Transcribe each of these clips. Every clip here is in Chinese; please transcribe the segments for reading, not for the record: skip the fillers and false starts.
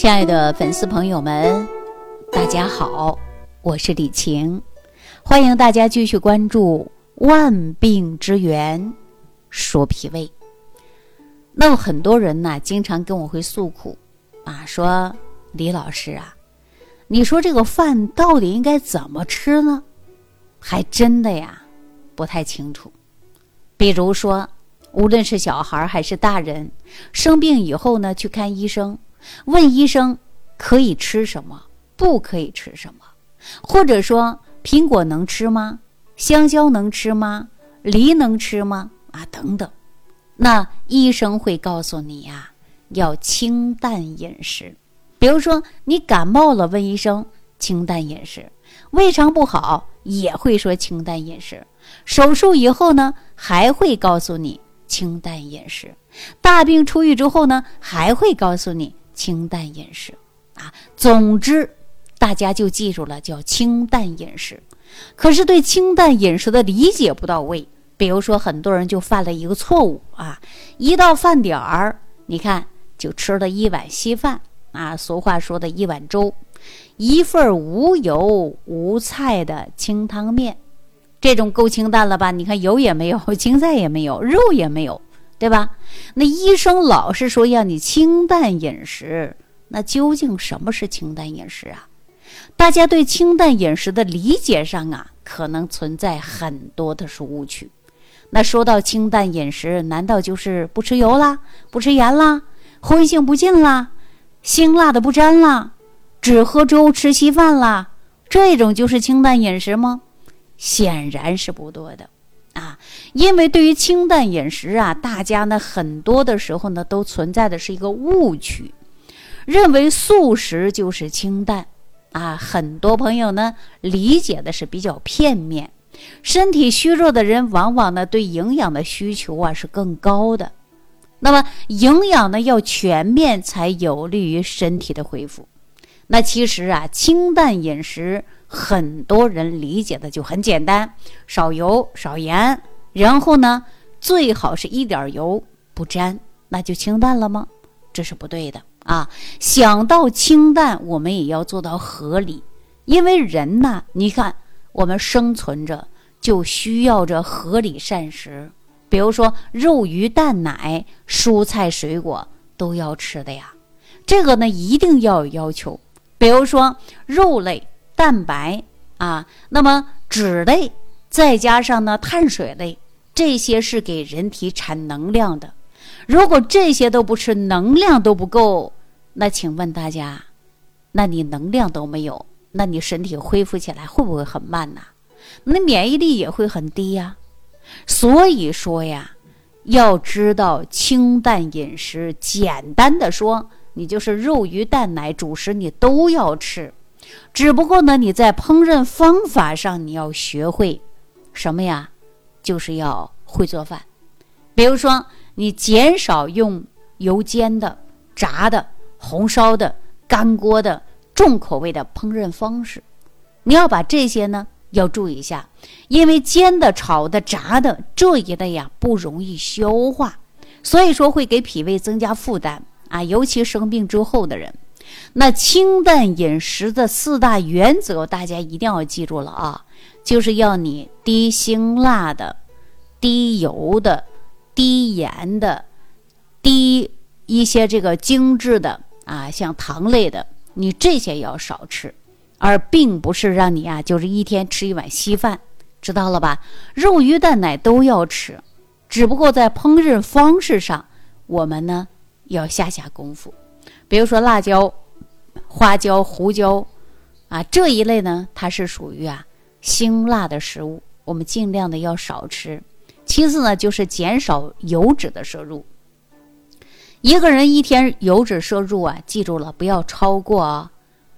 亲爱的粉丝朋友们，大家好，我是李晴，欢迎大家继续关注万病之源说脾胃。那么很多人呢，经常跟我会诉苦啊，说李老师啊，你说这个饭到底应该怎么吃呢？还真的呀，不太清楚。比如说，无论是小孩还是大人，生病以后呢，去看医生，问医生可以吃什么，不可以吃什么，或者说苹果能吃吗？香蕉能吃吗？梨能吃吗？等等。那医生会告诉你呀，要清淡饮食。比如说你感冒了，问医生清淡饮食；胃肠不好也会说清淡饮食；手术以后呢，还会告诉你清淡饮食；大病初愈之后呢，还会告诉你清淡饮食总之大家就记住了，叫清淡饮食。可是对清淡饮食的理解不到位，比如说很多人就犯了一个错误一到饭点儿，你看就吃了一碗稀饭俗话说的一碗粥，一份无油无菜的清汤面，这种够清淡了吧？你看油也没有，青菜也没有，肉也没有，对吧？那医生老是说要你清淡饮食，那究竟什么是清淡饮食啊？大家对清淡饮食的理解上可能存在很多的是误区。那说到清淡饮食，难道就是不吃油啦，不吃盐啦，荤腥不进啦，辛辣的不沾啦，只喝粥吃稀饭啦，这种就是清淡饮食吗？显然是不对的因为对于清淡饮食大家呢很多的时候呢都存在的是一个误区，认为素食就是清淡很多朋友呢理解的是比较片面，身体虚弱的人往往呢对营养的需求是更高的，那么营养呢要全面才有利于身体的恢复。那其实清淡饮食很多人理解的就很简单，少油少盐，然后呢最好是一点油不沾，那就清淡了吗？这是不对的想到清淡，我们也要做到合理，因为人你看我们生存着就需要着合理膳食，比如说肉鱼蛋奶蔬菜水果都要吃的呀，这个呢一定要有要求。比如说肉类蛋白那么脂类再加上呢碳水类，这些是给人体产能量的。如果这些都不吃，能量都不够，那请问大家，那你能量都没有，那你身体恢复起来会不会很慢那免疫力也会很低所以说要知道清淡饮食，简单的说，你就是肉鱼蛋奶主食你都要吃，只不过呢你在烹饪方法上你要学会什么呀？就是要会做饭。比如说你减少用油煎的、炸的、红烧的、干锅的、重口味的烹饪方式，你要把这些呢要注意一下，因为煎的、炒的、炸的这一类不容易消化，所以说会给脾胃增加负担尤其生病之后的人。那清淡饮食的4大原则大家一定要记住了就是要你低辛辣的、低油的、低盐的、低一些这个精致的像糖类的，你这些要少吃，而并不是让你就是一天吃一碗稀饭，知道了吧？肉鱼蛋奶都要吃，只不过在烹饪方式上我们呢要下功夫。比如说辣椒、花椒、胡椒这一类呢它是属于辛辣的食物，我们尽量的要少吃。其次呢就是减少油脂的摄入，一个人一天油脂摄入记住了，不要超过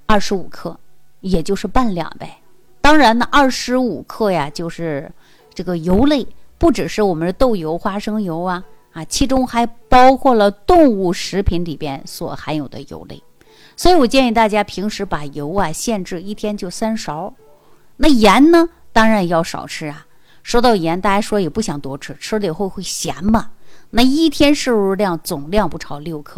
25克，也就是半两呗。当然呢25克就是这个油类，不只是我们的豆油、花生油其中还包括了动物食品里边所含有的油类。所以我建议大家平时把油限制一天就3勺。那盐呢当然要少吃说到盐，大家说也不想多吃，吃了以后会咸嘛。那一天摄入量总量不超6克，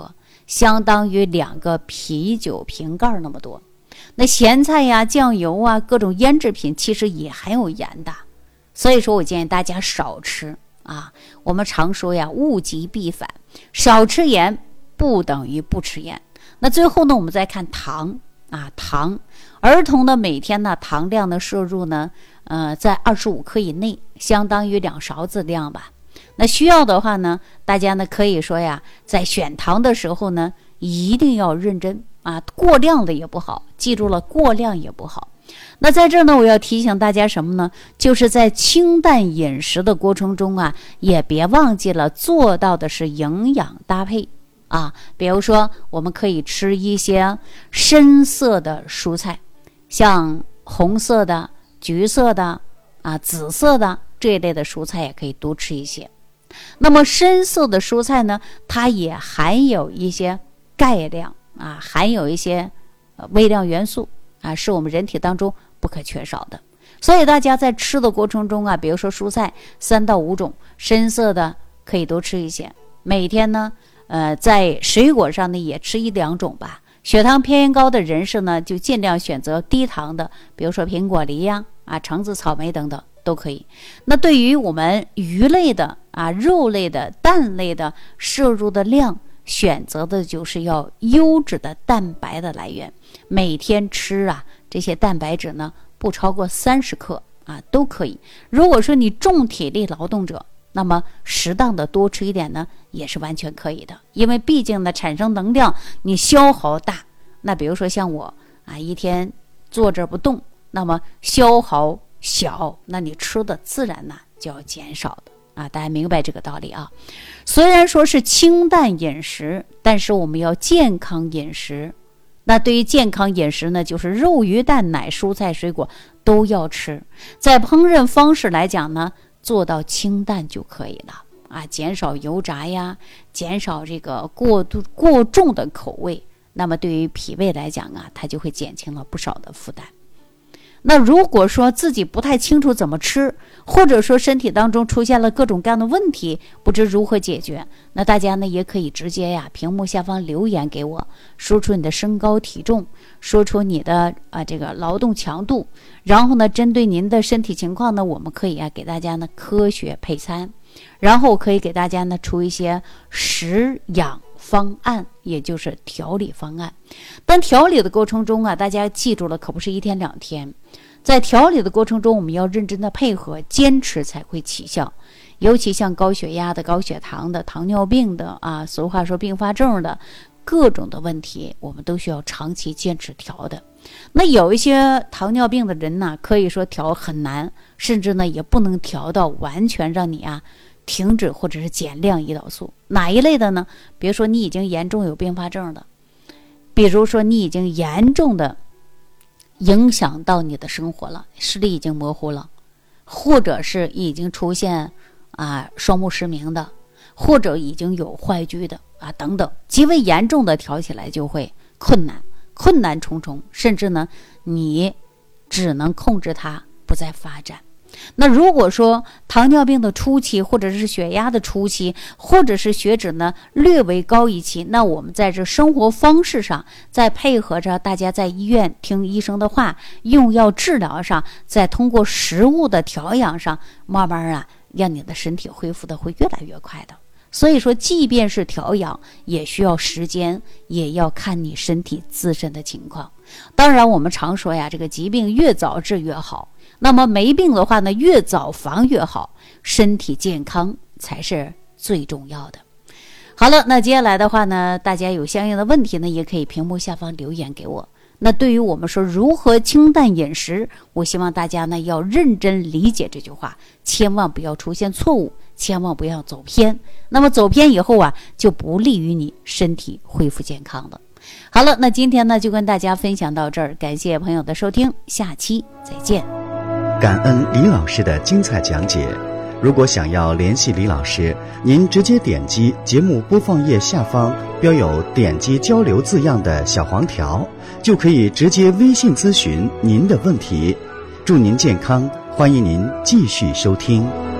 相当于2个啤酒瓶盖那么多。那咸菜呀、酱油啊、各种腌制品其实也含有盐的，所以说我建议大家少吃啊。我们常说呀，物极必反，少吃盐不等于不吃盐。那最后呢，我们再看糖啊，糖，儿童的每天呢糖量的摄入呢，在25克以内，相当于2勺子量吧。那需要的话呢，大家呢可以说呀，在选糖的时候呢，一定要认真啊，过量了也不好，记住了，过量也不好。那在这呢，我要提醒大家什么呢？就是在清淡饮食的过程中啊，也别忘记了做到的是营养搭配啊。比如说，我们可以吃一些深色的蔬菜，像红色的、橘色的啊、紫色的这一类的蔬菜也可以多吃一些。那么深色的蔬菜呢，它也含有一些钙量啊，含有一些微量元素啊，是我们人体当中不可缺少的。所以大家在吃的过程中啊，比如说蔬菜3到5种，深色的可以多吃一些。每天呢，在水果上呢也吃1、2种吧。血糖偏高的人士呢，就尽量选择低糖的，比如说苹果、梨呀、橙子、草莓等等都可以。那对于我们鱼类的啊、肉类的、蛋类的摄入的量，选择的就是要优质的蛋白的来源。每天吃啊这些蛋白质呢，不超过30克啊都可以。如果说你重体力劳动者，那么适当的多吃一点呢，也是完全可以的。因为毕竟呢，产生能量你消耗大。那比如说像我啊，一天坐着不动，那么消耗小，那你吃的自然呢就要减少的啊。大家明白这个道理啊？虽然说是清淡饮食，但是我们要健康饮食。那对于健康饮食呢，就是肉、鱼、蛋、奶、蔬菜、水果都要吃。在烹饪方式来讲呢，做到清淡就可以了啊，减少油炸呀，减少这个过重的口味。那么对于脾胃来讲啊，它就会减轻了不少的负担。那如果说自己不太清楚怎么吃，或者说身体当中出现了各种各样的问题，不知如何解决，那大家呢也可以直接呀屏幕下方留言给我，说出你的身高体重，说出你的这个劳动强度，然后呢针对您的身体情况呢，我们可以给大家呢科学配餐，然后可以给大家呢出一些食养方案，也就是调理方案。但调理的过程中啊，大家记住了，可不是1天2天。在调理的过程中，我们要认真的配合，坚持才会起效。尤其像高血压的、高血糖的、糖尿病的啊，俗话说并发症的各种的问题，我们都需要长期坚持调的。那有一些糖尿病的人呢，可以说调很难，甚至呢也不能调到完全让你停止或者是减量胰岛素。哪一类的呢？比如说你已经严重有并发症的，比如说你已经严重的影响到你的生活了，视力已经模糊了，或者是已经出现双目失明的，或者已经有坏疽的等等，极为严重的调起来就会困难重重，甚至呢你只能控制它不再发展。那如果说糖尿病的初期，或者是血压的初期，或者是血脂呢略微高一期，那我们在这生活方式上，再配合着大家在医院听医生的话，用药治疗上，再通过食物的调养上，慢慢让你的身体恢复的会越来越快的。所以说即便是调养也需要时间，也要看你身体自身的情况。当然我们常说这个疾病越早治越好，那么没病的话呢，越早防越好，身体健康才是最重要的。好了，那接下来的话呢，大家有相应的问题呢，也可以屏幕下方留言给我。那对于我们说如何清淡饮食，我希望大家呢要认真理解这句话，千万不要出现错误，千万不要走偏。那么走偏以后就不利于你身体恢复健康了。好了，那今天呢就跟大家分享到这儿，感谢朋友的收听，下期再见。 感恩李老师的精彩讲解。如果想要联系李老师，您直接点击节目播放页下方标有点击交流字样的小黄条，就可以直接微信咨询您的问题。祝您健康，欢迎您继续收听。